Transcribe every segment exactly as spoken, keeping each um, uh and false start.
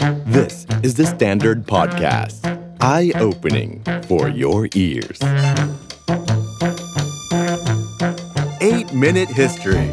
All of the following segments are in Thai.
This is the Standard Podcast. Eye-opening for your ears. eight minute History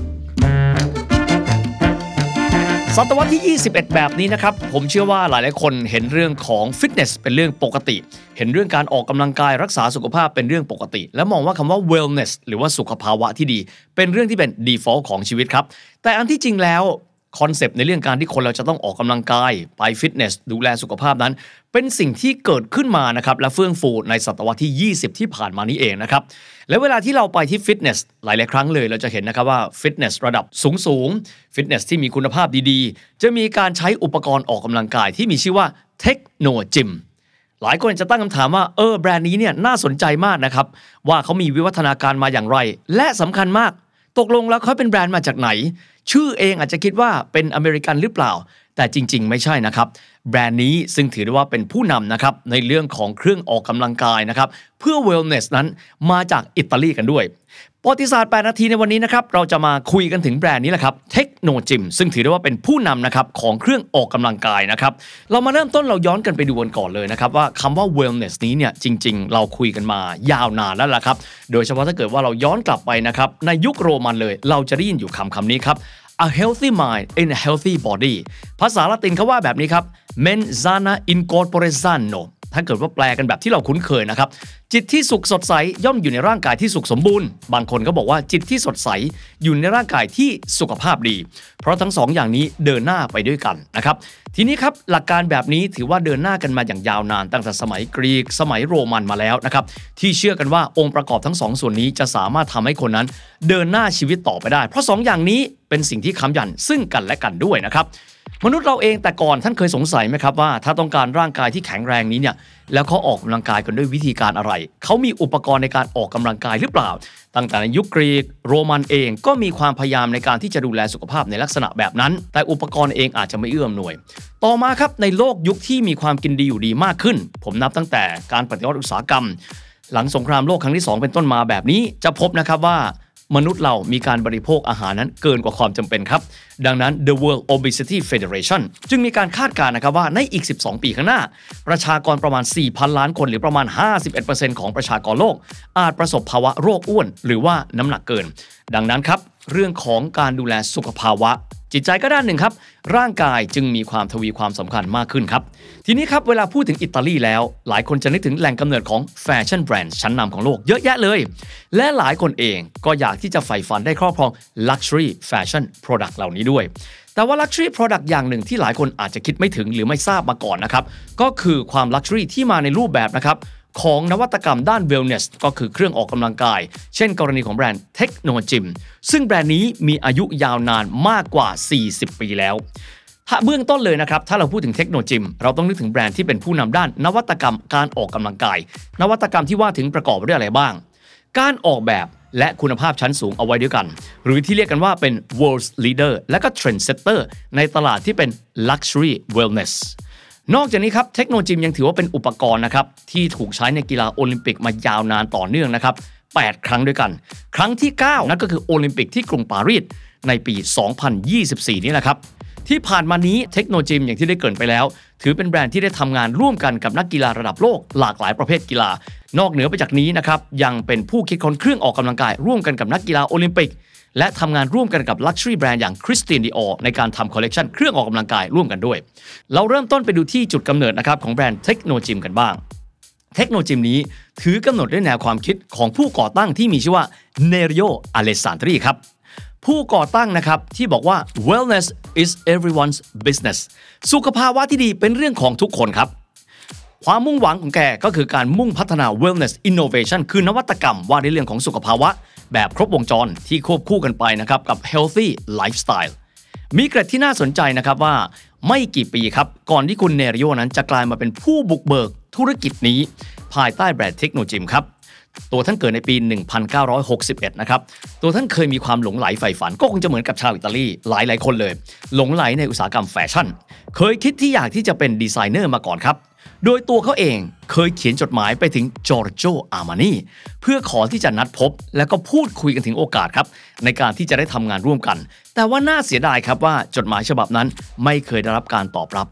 ศตวรรษที่ยี่สิบเอ็ดแบบนี้นะครับผมเชื่อว่าหลายๆคนเห็นเรื่องของฟิตเนสเป็นเรื่องปกติเห็นเรื่องการออกกำลังกายรักษาสุขภาพเป็นเรื่องปกติและมองว่าคำว่า wellness หรือว่าสุขภาวะที่ดีเป็นเรื่องที่เป็น default ของชีวิตครับแต่อันที่จริงแล้วคอนเซปต์ในเรื่องการที่คนเราจะต้องออกกำลังกายไปฟิตเนสดูแลสุขภาพนั้นเป็นสิ่งที่เกิดขึ้นมานะครับและเฟื่องฟูในศตวรรษที่ยี่สิบที่ผ่านมานี้เองนะครับและเวลาที่เราไปที่ฟิตเนสหลายๆครั้งเลยเราจะเห็นนะครับว่าฟิตเนสระดับสูงๆฟิตเนสที่มีคุณภาพดีๆจะมีการใช้อุปกรณ์ออกกำลังกายที่มีชื่อว่าเทคโนจิมหลายคนจะตั้งคำถามว่าเออแบรนด์นี้เนี่ยน่าสนใจมากนะครับว่าเขามีวิวัฒนาการมาอย่างไรและสำคัญมากตกลงแล้วเขาเป็นแบรนด์มาจากไหนชื่อเองอาจจะคิดว่าเป็นอเมริกันหรือเปล่าแต่จริงๆไม่ใช่นะครับแบรนด์นี้ซึ่งถือได้ว่าเป็นผู้นำนะครับในเรื่องของเครื่องออกกำลังกายนะครับเพื่อ wellness นั้นมาจากอิตาลีกันด้วยประวัติศาสตร์แปดนาทีในวันนี้นะครับเราจะมาคุยกันถึงแบรนด์นี้แหละครับเทคโนจิมซึ่งถือได้ว่าเป็นผู้นำนะครับของเครื่องออกกำลังกายนะครับเรามาเริ่มต้นเราย้อนกันไปดูกันก่อนเลยนะครับว่าคำว่า wellness นี้เนี่ยจริงๆเราคุยกันมายาวนานแล้วล่ะครับโดยเฉพาะถ้าเกิดว่าเราย้อนกลับไปนะครับในยุคโรมันเลยเราจะได้ยินอยู่คำคำนี้ครับA healthy mind in a healthy body ภาษาละตินเขาว่าแบบนี้ครับ Mens sana in corpore sano ถ้าเกิดว่าแปลกันแบบที่เราคุ้นเคยนะครับจิตที่สุขสดใสย่อมอยู่ในร่างกายที่สุขสมบูรณ์บางคนก็บอกว่าจิตที่สดใสอยู่ในร่างกายที่สุขภาพดีเพราะทั้งสองอย่างนี้เดินหน้าไปด้วยกันนะครับทีนี้ครับหลักการแบบนี้ถือว่าเดินหน้ากันมาอย่างยาวนานตั้งแต่สมัยกรีกสมัยโรมันมาแล้วนะครับที่เชื่อกันว่าองค์ประกอบทั้งสองส่วนนี้จะสามารถทำให้คนนั้นเดินหน้าชีวิตต่อไปได้เพราะสองอย่างนี้เป็นสิ่งที่ค้ำยันซึ่งกันและกันด้วยนะครับมนุษย์เราเองแต่ก่อนท่านเคยสงสัยไหมครับว่าถ้าต้องการร่างกายที่แข็งแรงนี้เนี่ยแล้วเขาออกกำลังกายกันด้วยวิธีการอะไรเขามีอุปกรณ์ในการออกกำลังกายหรือเปล่าตั้งแต่ในยุคกรีกโรมันเองก็มีความพยายามในการที่จะดูแลสุขภาพในลักษณะแบบนั้นแต่อุปกรณ์เองอาจจะไม่เอื้ออำนวยต่อมาครับในโลกยุคที่มีความกินดีอยู่ดีมากขึ้นผมนับตั้งแต่การปฏิวัติอุตสาหกรรมหลังสงครามโลกครั้งที่สองเป็นต้นมาแบบนี้จะพบนะครับว่ามนุษย์เรามีการบริโภคอาหารนั้นเกินกว่าความจำเป็นครับดังนั้น The World Obesity Federation จึงมีการคาดการณ์นะครับว่าในอีกสิบสองปีข้างหน้าประชากรประมาณ สี่พัน ล้านคนหรือประมาณ ห้าสิบเอ็ดเปอร์เซ็นต์ ของประชากรโลกอาจประสบภาวะโรคอ้วนหรือว่าน้ำหนักเกินดังนั้นครับเรื่องของการดูแลสุขภาวะจิตใจก็ด้านหนึ่งครับร่างกายจึงมีความทวีความสำคัญมากขึ้นครับทีนี้ครับเวลาพูดถึงอิตาลีแล้วหลายคนจะนึกถึงแหล่งกำเนิดของแฟชั่นแบรนด์ชั้นนำของโลกเยอะแยะเลยและหลายคนเองก็อยากที่จะใฝ่ฝันได้ครอบครอง Luxury Fashion Product เหล่านี้ด้วยแต่ว่า Luxury Product อย่างหนึ่งที่หลายคนอาจจะคิดไม่ถึงหรือไม่ทราบมาก่อนนะครับก็คือความ Luxury ที่มาในรูปแบบนะครับของนวัตกรรมด้าน wellness ก็คือเครื่องออกกำลังกายเช่นกรณีของแบรนด์ Technogym ซึ่งแบรนด์นี้มีอายุยาวนานมากกว่าสี่สิบปีแล้วถ้าเบื้องต้นเลยนะครับถ้าเราพูดถึง Technogym เราต้องนึกถึงแบรนด์ที่เป็นผู้นำด้านนวัตกรรมการออกกำลังกายนวัตกรรมที่ว่าถึงประกอบด้วยอะไรบ้างการออกแบบและคุณภาพชั้นสูงเอาไว้ด้วยกันหรือที่เรียกกันว่าเป็น world leader และก็ trendsetter ในตลาดที่เป็น luxury wellnessนอกจากนี้ครับเทคโนโลยียังถือว่าเป็นอุปกรณ์นะครับที่ถูกใช้ในกีฬาโอลิมปิกมายาวนานต่อเนื่องนะครับแปดครั้งด้วยกันครั้งที่เก้านั่นก็คือโอลิมปิกที่กรุงปารีสในปีสองพันยี่สิบสี่นี่แหละครับที่ผ่านมานี้เทคโนโลยีอย่างที่ได้เกริ่นไปแล้วถือเป็นแบรนด์ที่ได้ทำงานร่วมกันกับนักกีฬาระดับโลกหลากหลายประเภทกีฬานอกเหนือไปจากนี้นะครับยังเป็นผู้คิดค้นเครื่องออกกำลังกายร่วมกันกับนักกีฬาโอลิมปิกและทำงานร่วมกันกับ Luxury Brand อย่าง Christian Dior ในการทำคอลเลกชันเครื่องออกกำลังกายร่วมกันด้วยเราเริ่มต้นไปดูที่จุดกำเนิดนะครับของแบรนด์ Technogym กันบ้าง Technogym นี้ถือกำหนดด้วยแนวความคิดของผู้ก่อตั้งที่มีชื่อว่า Nerio Alessandri ครับผู้ก่อตั้งนะครับที่บอกว่า Wellness is everyone's business สุขภาวะที่ดีเป็นเรื่องของทุกคนครับความมุ่งหวังของแกก็คือการมุ่งพัฒนา Wellness Innovation คือนวัตกรรมว่าในเรื่องของสุขภาวะแบบครบวงจรที่ควบคู่กันไปนะครับกับ Healthy Lifestyle มีเกร็ดที่น่าสนใจนะครับว่าไม่กี่ปีครับก่อนที่คุณเนริโอนั้นจะกลายมาเป็นผู้บุกเบิกธุรกิจนี้ภายใต้แบรนด์ Technogym ครับตัวท่านเกิดในปีหนึ่งพันเก้าร้อยหกสิบเอ็ดนะครับตัวท่านเคยมีความหลงใหลใฝ่ฝันก็คงจะเหมือนกับชาวอิตาลีหลายๆคนเลยหลงใหลในอุตสาหกรรมแฟชั่นเคยคิดที่อยากที่จะเป็นดีไซเนอร์มาก่อนครับโดยตัวเขาเองเคยเขียนจดหมายไปถึงจอร์โจ อาร์มานีเพื่อขอที่จะนัดพบและก็พูดคุยกันถึงโอกาสครับในการที่จะได้ทำงานร่วมกันแต่ว่าน่าเสียดายครับว่าจดหมายฉบับนั้นไม่เคยได้รับการตอบรับ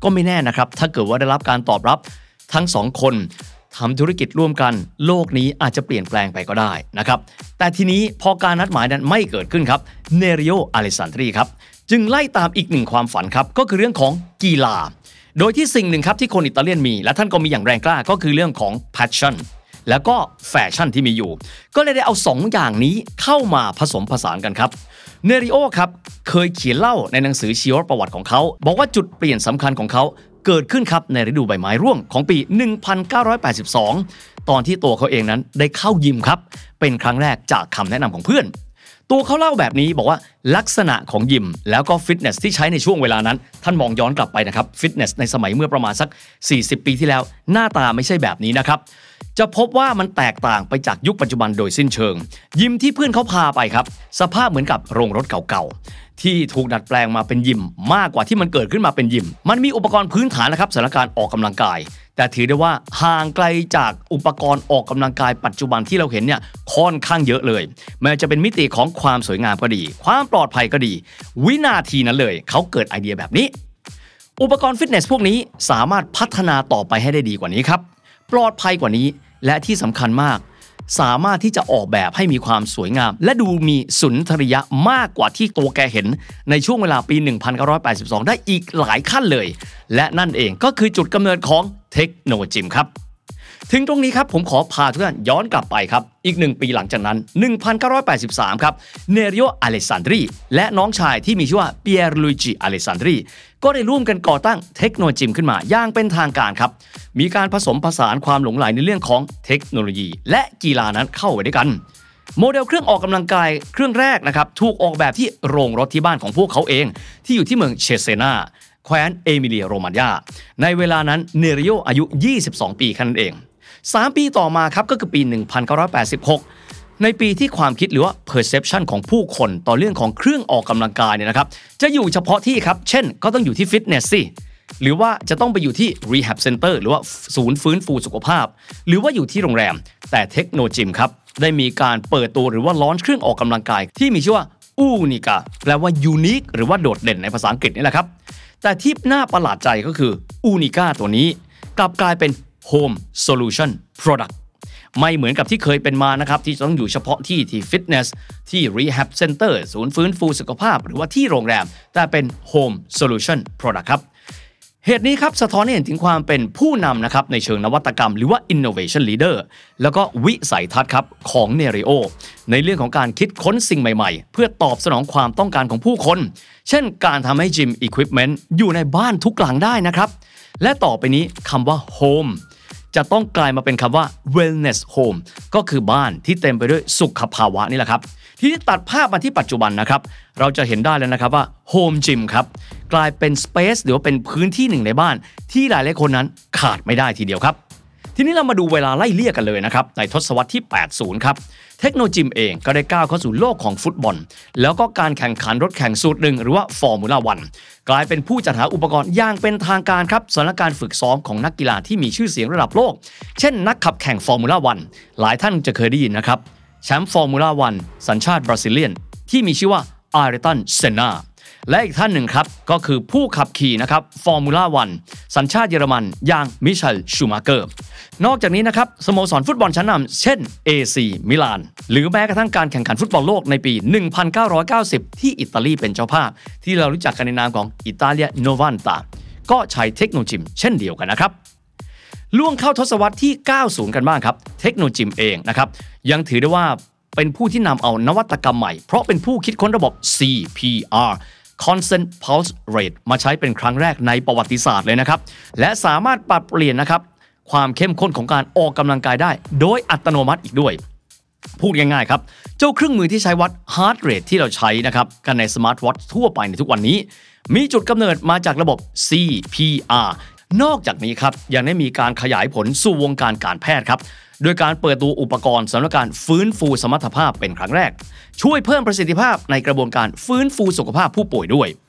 ก็ไม่แน่นะครับถ้าเกิดว่าได้รับการตอบรับทั้งสองคนทำธุรกิจร่วมกันโลกนี้อาจจะเปลี่ยนแปลงไปก็ได้นะครับแต่ทีนี้พอการนัดหมายนั้นไม่เกิดขึ้นครับเนริโอ อเลสซานดรีครับจึงไล่ตามอีกหนึ่งความฝันครับก็คือเรื่องของกีฬาโดยที่สิ่งหนึ่งครับที่คนอิตาเลียนมีและท่านก็มีอย่างแรงกล้าก็คือเรื่องของ passion แล้วก็แฟชั่นที่มีอยู่ก็เลยได้เอาสองอย่างนี้เข้ามาผสมผสานกันครับเนริโอครับเคยเขียนเล่าในหนังสือชีวประวัติของเขาบอกว่าจุดเปลี่ยนสำคัญของเขาเกิดขึ้นครับในฤดูใบไม้ร่วงของปีหนึ่งพันเก้าร้อยแปดสิบสองตอนที่ตัวเขาเองนั้นได้เข้ายิมครับเป็นครั้งแรกจากคำแนะนำของเพื่อนตัวเขาเล่าแบบนี้บอกว่าลักษณะของยิมแล้วก็ฟิตเนสที่ใช้ในช่วงเวลานั้นท่านมองย้อนกลับไปนะครับฟิตเนสในสมัยเมื่อประมาณสักสี่สิบปีที่แล้วหน้าตาไม่ใช่แบบนี้นะครับจะพบว่ามันแตกต่างไปจากยุคปัจจุบันโดยสิ้นเชิงยิมที่เพื่อนเขาพาไปครับสภาพเหมือนกับโรงรถเก่าๆที่ถูกดัดแปลงมาเป็นยิมมากกว่าที่มันเกิดขึ้นมาเป็นยิมมันมีอุปกรณ์พื้นฐานนะครับสำหรับการออกกำลังกายแต่ถือได้ว่าห่างไกลจากอุปกรณ์ออกกำลังกายปัจจุบันที่เราเห็นเนี่ยค่อนข้างเยอะเลยแม้จะเป็นมิติของความสวยงามก็ดีความปลอดภัยก็ดีวินาทีนั้นเลยเขาเกิดไอเดียแบบนี้อุปกรณ์ฟิตเนสพวกนี้สามารถพัฒนาต่อไปให้ได้ดีกว่านี้ครับปลอดภัยกว่านี้และที่สำคัญมากสามารถที่จะออกแบบให้มีความสวยงามและดูมีสุนทรียะมากกว่าที่ตัวแกเห็นในช่วงเวลาปีหนึ่งพันเก้าร้อยแปดสิบสองได้อีกหลายขั้นเลยและนั่นเองก็คือจุดกำเนิดของเทคโนจิมครับถึงตรงนี้ครับผมขอพาทุกท่านย้อนกลับไปครับอีกหนึ่งปีหลังจากนั้นหนึ่งพันเก้าร้อยแปดสิบสามครับเนริโอ อเลสซานดรีและน้องชายที่มีชื่อว่าเปียร์ลุยจิ อเลสซานดรีก็ได้ร่วมกันก่อตั้งเทคโนจิมขึ้นมาอย่างเป็นทางการครับมีการผสมผสานความหลงใหลในเรื่องของเทคโนโลยีและกีฬานั้นเข้าไปด้วยกันโมเดลเครื่องออกกำลังกายเครื่องแรกนะครับถูกออกแบบที่โรงรถที่บ้านของพวกเขาเองที่อยู่ที่เมืองเชเซนาแคว้นเอมิเลียโรมานยาในเวลานั้นเนริโออายุยี่สิบสองปีแค่นั้นเองสามปีต่อมาครับก็คือปีหนึ่งพันเก้าร้อยแปดสิบหกในปีที่ความคิดหรือว่า perception ของผู้คนต่อเรื่องของเครื่องออกกำลังกายเนี่ยนะครับจะอยู่เฉพาะที่ครับเช่นก็ต้องอยู่ที่ฟิตเนสสิหรือว่าจะต้องไปอยู่ที่ rehab center หรือว่าศูนย์ฟื้นฟูสุขภาพหรือว่าอยู่ที่โรงแรมแต่เทคโนจิมครับได้มีการเปิดตัวหรือว่าลอนช์เครื่องออกกำลังกายที่มีชื่อว่า Unica แปลว่า unique หรือว่าโดดเด่นในภาษาอังกฤษนี่แหละครับแต่ที่น่าประหลาดใจก็คือ Unica ตัวนี้กลับกลายเป็น Home Solution Product ไม่เหมือนกับที่เคยเป็นมานะครับที่ต้องอยู่เฉพาะที่ที่ฟิตเนสที่ Rehab Center ศูนย์ฟื้นฟูสุขภาพหรือว่าที่โรงแรมแต่เป็น Home Solution Product ครับเหตุนี้ครับสะท้อนให้เห็นถึงความเป็นผู้นำนะครับในเชิงนวัตกรรมหรือว่า innovation leader แล้วก็วิสัยทัศน์ครับของเนริโอในเรื่องของการคิดค้นสิ่งใหม่ๆเพื่อตอบสนองความต้องการของผู้คนเช่นการทำให้ gym equipment อยู่ในบ้านทุกหลังได้นะครับและต่อไปนี้คำว่า home จะต้องกลายมาเป็นคำว่า wellness home ก็คือบ้านที่เต็มไปด้วยสุขภาวะนี่แหละครับที่ตัดภาพมาที่ปัจจุบันนะครับเราจะเห็นได้แล้วนะครับว่า Home Gym ครับกลายเป็น Space หรือว่าเป็นพื้นที่หนึ่งในบ้านที่หลายๆคนนั้นขาดไม่ได้ทีเดียวครับทีนี้เรามาดูเวลาไล่เลี่ยกันเลยนะครับในทศวรรษที่แปดสิบครับเทคโนจิมเองก็ได้ก้าวเข้าสู่โลกของฟุตบอลแล้วก็การแข่งขันรถแข่งสูตรหนึ่งหรือว่าฟอร์มูล่าวันกลายเป็นผู้จัดหาอุปกรณ์อย่างเป็นทางการครับสำหรับการฝึกซ้อมของนักกีฬาที่มีชื่อเสียงระดับโลกเช่นนักขับแข่งฟอร์มูล่าวันหลายท่านจะเคยได้ยินนะครับแชมป์ฟอร์มูล่าวันสัญชาติบราซิเลียนที่มีชื่อว่าอาร์ตันเซนาและอีกท่านหนึ่งครับก็คือผู้ขับขี่นะครับฟอร์มูล่าวันสัญชาติเยอรมันอย่างมิเชลชูมาเกอร์นอกจากนี้นะครับสโมสรฟุตบอลชั้นนำเช่น เอ ซี มิลานหรือแม้กระทั่งการแข่งขันฟุตบอลโลกในปีหนึ่งพันเก้าร้อยเก้าสิบที่อิตาลีเป็นเจ้าภาพที่เรารู้จักกันในนามของอิตาเลียโนวันตาก็ใช้เทคโนจิมเช่นเดียวกันนะครับล่วงเข้าทศวรรษที่เก้าสิบกันบ้างครับเทคโนจิมเองนะครับยังถือได้ว่าเป็นผู้ที่นำเอานวัตกรรมใหม่เพราะเป็นผู้คิดค้นระบบ ซี พี อาร์ Constant Pulse Rate มาใช้เป็นครั้งแรกในประวัติศาสตร์เลยนะครับและสามารถปรับเปลี่ยนนะครับความเข้มข้นของการออกกำลังกายได้โดยอัตโนมัติอีกด้วยพูดง่ายๆครับเจ้าเครื่องมือที่ใช้วัด Heart Rate ที่เราใช้นะครับกันในสมาร์ทวอทช์ทั่วไปในทุกวันนี้มีจุดกำเนิดมาจากระบบ ซี พี อาร์ นอกจากนี้ครับยังได้มีการขยายผลสู่วงการการแพทย์ครับโดยการเปิดตัวอุปกรณ์สำหรับการฟื้นฟูสมรรถภาพเป็นครั้งแรกช่วยเพิ่มประสิทธิภาพในกระบวนการฟื้นฟูสุขภาพผู้ป่วยด้วย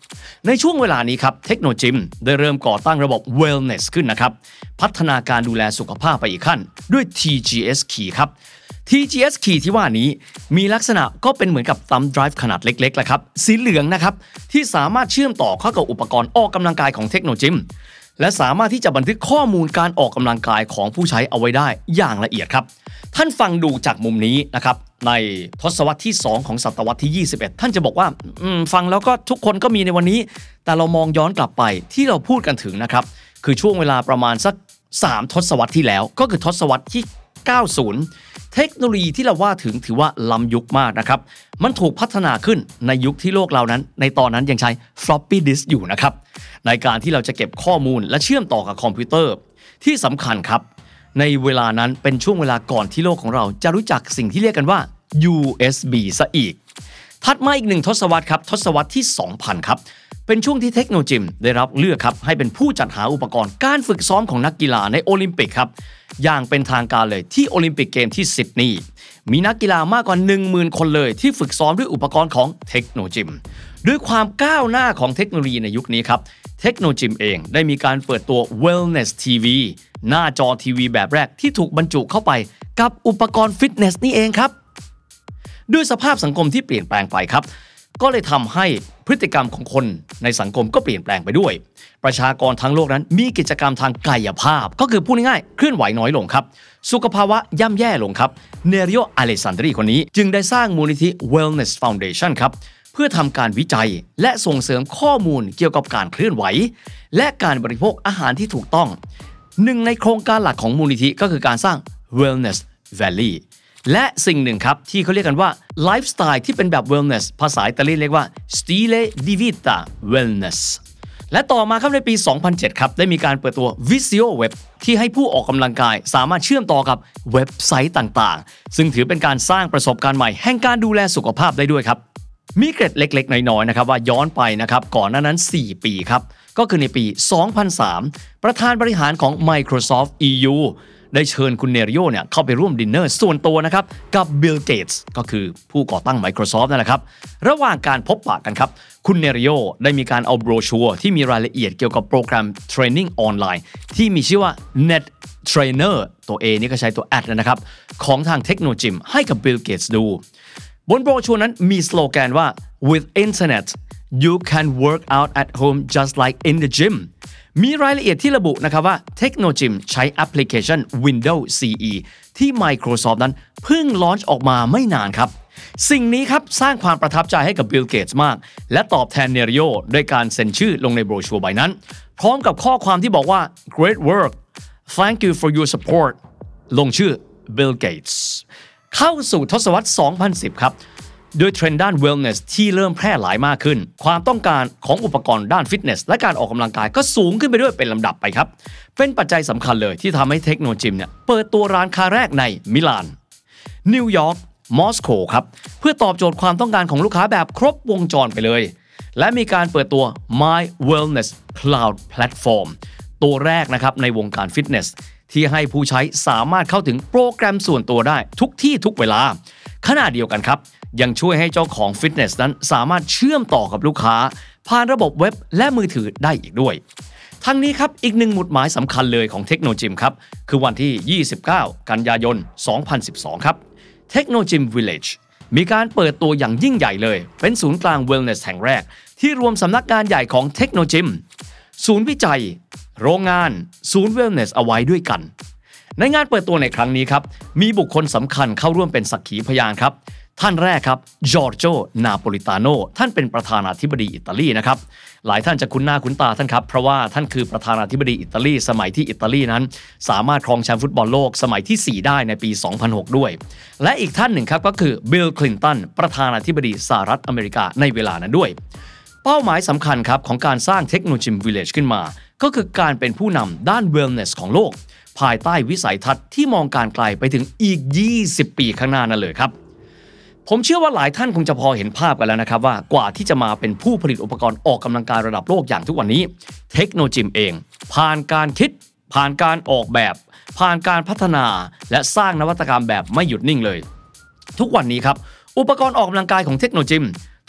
ในช่วงเวลานี้ครับเทคโนจิมได้เริ่มก่อตั้งระบบ wellness ขึ้นนะครับพัฒนาการดูแลสุขภาพไปอีกขั้นด้วย ที จี เอส Key ครับ ที จี เอส Key ที่ว่านี้มีลักษณะก็เป็นเหมือนกับ thumb drive ขนาดเล็กๆแหละครับสีเหลืองนะครับที่สามารถเชื่อมต่อเข้ากับอุปกรณ์ออกกำลังกายของเทคโนจิมและสามารถที่จะบันทึกข้อมูลการออกกำลังกายของผู้ใช้เอาไว้ได้อย่างละเอียดครับท่านฟังดูจากมุมนี้นะครับในทศวรรษที่สองของศตวรรษที่ยี่สิบเอ็ดท่านจะบอกว่าฟังแล้วก็ทุกคนก็มีในวันนี้แต่เรามองย้อนกลับไปที่เราพูดกันถึงนะครับคือช่วงเวลาประมาณสักสามทศวรรษที่แล้วก็คือทศวรรษที่เก้าสิบเทคโนโลยีที่เราว่าถึงถือว่าล้ำยุคมากนะครับมันถูกพัฒนาขึ้นในยุคที่โลกเรานั้นในตอนนั้นยังใช้ floppy disk อยู่นะครับในการที่เราจะเก็บข้อมูลและเชื่อมต่อกับคอมพิวเตอร์ที่สำคัญครับในเวลานั้นเป็นช่วงเวลาก่อนที่โลกของเราจะรู้จักสิ่งที่เรียกกันว่า ยู เอส บี ซะอีกถัดมาอีกหนึ่งทศวรรษครับทศวรรษที่สองพันครับเป็นช่วงที่เทคโนจิมได้รับเลือกครับให้เป็นผู้จัดหาอุปกรณ์การฝึกซ้อมของนักกีฬาในโอลิมปิกครับอย่างเป็นทางการเลยที่โอลิมปิกเกมที่ซิดนีย์มีนักกีฬามากกว่า หนึ่งหมื่น คนเลยที่ฝึกซ้อมด้วยอุปกรณ์ของเทคโนจิมด้วยความก้าวหน้าของเทคโนโลยีในยุคนี้ครับเทคโนจิมเองได้มีการเปิดตัว Wellness ที วี หน้าจอทีวีแบบแรกที่ถูกบรรจุเข้าไปกับอุปกรณ์ฟิตเนสนี่เองครับด้วยสภาพสังคมที่เปลี่ยนแปลงไปครับก็เลยทำให้พฤติกรรมของคนในสังคมก็เปลี่ยนแปลงไปด้วยประชากรทั้งโลกนั้นมีกิจกรรมทางกายภาพก็คือพูดง่ายๆเคลื่อนไหวน้อยลงครับสุขภาวะย่ำแย่ลงครับเนริโอ อเลซันดรีคนนี้จึงได้สร้างมูลนิธิ Wellness Foundation ครับเพื่อทำการวิจัยและส่งเสริมข้อมูลเกี่ยวกับการเคลื่อนไหวและการบริโภคอาหารที่ถูกต้องหนึ่งในโครงการหลักของมูลนิธิก็คือการสร้าง Wellness Valley และสิ่งหนึ่งครับที่เขาเรียกกันว่าไลฟ์สไตล์ที่เป็นแบบ wellness ภาษาอิตาลีเรียกว่า stile di vita wellness และต่อมาครับในปี สองพันเจ็ด ครับได้มีการเปิดตัว Visio Web ที่ให้ผู้ออกกำลังกายสามารถเชื่อมต่อกับเว็บไซต์ต่างๆซึ่งถือเป็นการสร้างประสบการณ์ใหม่แห่งการดูแลสุขภาพได้ด้วยครับมีเกร็ดเล็กๆน้อยๆนะครับว่าย้อนไปนะครับก่อนหน้านั้นสี่ปีครับก็คือในปี สองพันสาม ประธานบริหารของ Microsoft อี ยู ได้เชิญคุณเนริโอเนี่ยเข้าไปร่วมดินเนอร์ส่วนตัวนะครับกับบิล เกตส์ก็คือผู้ก่อตั้ง Microsoft นั่นแหละครับระหว่างการพบปะกันครับคุณเนริโอได้มีการเอาโบรชัวร์ที่มีรายละเอียดเกี่ยวกับโปรแกรมเทรนนิ่งออนไลน์ที่มีชื่อว่า Net Trainer ตัว A นี่ก็ใช้ตัว แอท นะครับของทางเทคโนจิมให้กับบิล เกตส์ดูบนโบรชัวร์นั้นมีสโลแกนว่า with internet you can work out at home just like in the gym มีรายละเอียดที่ระบุนะครับว่าเทคโนจิมใช้แอปพลิเคชัน Windows ซี อี ที่ Microsoft นั้นเพิ่งลอนช์ออกมาไม่นานครับสิ่งนี้ครับสร้างความประทับใจให้กับบิล เกตส์มากและตอบแทนเนริโอด้วยการเซ็นชื่อลงในโบรชัวร์ใบนั้นพร้อมกับข้อความที่บอกว่า great work thank you for your support ลงชื่อ Bill Gates เข้าสู่ทศวรรษ สองพันสิบ ครับโดยเทรนด์ด้าน wellness ที่เริ่มแพร่หลายมากขึ้นความต้องการของอุปกรณ์ด้านฟิตเนสและการออกกำลังกายก็สูงขึ้นไปด้วยเป็นลำดับไปครับเป็นปัจจัยสำคัญเลยที่ทำให้เทคโนจิมเนี่ยเปิดตัวร้านค้าแรกในมิลานนิวยอร์กมอสโกครับเพื่อตอบโจทย์ความต้องการของลูกค้าแบบครบวงจรไปเลยและมีการเปิดตัว My Wellness Cloud Platform ตัวแรกนะครับในวงการฟิตเนสที่ให้ผู้ใช้สามารถเข้าถึงโปรแกรมส่วนตัวได้ทุกที่ทุกเวลาขณะเดียวกันครับยังช่วยให้เจ้าของฟิตเนสนั้นสามารถเชื่อมต่อกับลูกค้าผ่านระบบเว็บและมือถือได้อีกด้วยทั้งนี้ครับอีกหนึ่งหมุดหมายสำคัญเลยของเทคโนจิมครับคือวันที่ยี่สิบเก้ากันยายนสองพันสิบสองครับเทคโนจิมวิลเลจมีการเปิดตัวอย่างยิ่งใหญ่เลยเป็นศูนย์กลางเวลเนสแห่งแรกที่รวมสำนักงานใหญ่ของเทคโนจิมศูนย์วิจัยโรงงานศูนย์เวลเนสเอาไว้ด้วยกันในงานเปิดตัวในครั้งนี้ครับมีบุคคลสำคัญเข้าร่วมเป็นสักขีพยานครับท่านแรกครับจอร์โจ นาโปลิตาโนท่านเป็นประธานาธิบดีอิตาลีนะครับหลายท่านจะคุ้นหน้าคุ้นตาท่านครับเพราะว่าท่านคือประธานาธิบดีอิตาลีสมัยที่อิตาลีนั้นสามารถครองแชมป์ฟุตบอลโลกสมัยที่สี่ได้ในปี สองพันหก ด้วยและอีกท่านหนึ่งครับก็คือบิล คลินตันประธานาธิบดีสหรัฐอเมริกาในเวลานั้นด้วยเป้าหมายสำคัญครับของการสร้างเทคโนจิมวิลเลจขึ้นมาก็คือการเป็นผู้นำด้านเวลเนสของโลกภายใต้วิสัยทัศน์ที่มองการไกลไปถึงอีกยี่สิบปีข้างหน้านั่นเลยครับผมเชื่อว่าหลายท่านคงจะพอเห็นภาพกันแล้วนะครับว่ากว่าที่จะมาเป็นผู้ผลิตอุปกรณ์ออกกำลังกายระดับโลกอย่างทุกวันนี้เทคโนจิมเองผ่านการคิดผ่านการออกแบบผ่านการพัฒนาและสร้างนวัตกรรมแบบไม่หยุดนิ่งเลยทุกวันนี้ครับอุปกรณ์ออกกำลังกายของเทคโนจิม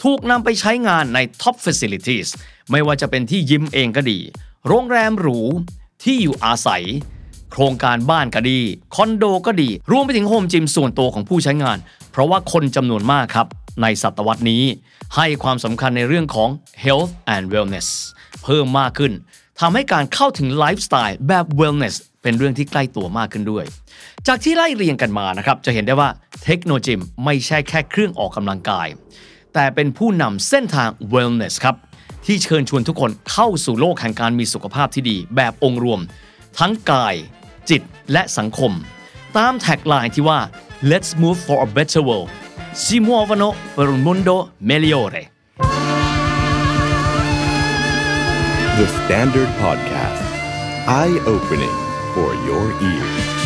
ถูกนำไปใช้งานใน Top Facilities ไม่ว่าจะเป็นที่ยิมเองก็ดีโรงแรมหรูที่อยู่อาศัยโครงการบ้านก็ดีคอนโดก็ดีรวมไปถึงโฮมจิมส่วนตัวของผู้ใช้งานเพราะว่าคนจำนวนมากครับในศตวรรษนี้ให้ความสำคัญในเรื่องของ health and wellness เพิ่มมากขึ้นทำให้การเข้าถึงไลฟ์สไตล์แบบ wellness เป็นเรื่องที่ใกล้ตัวมากขึ้นด้วยจากที่ไล่เรียงกันมานะครับจะเห็นได้ว่าเทคโนโลยีไม่ใช่แค่เครื่องออกกำลังกายแต่เป็นผู้นำเส้นทาง wellness ครับที่เชิญชวนทุกคนเข้าสู่โลกแห่งการมีสุขภาพที่ดีแบบองค์รวมทั้งกายจิตและสังคมตามแท็กไลน์ที่ว่า Let's move for a better world si muovono per un mondo migliore The Standard Podcast Eye Opening for your ears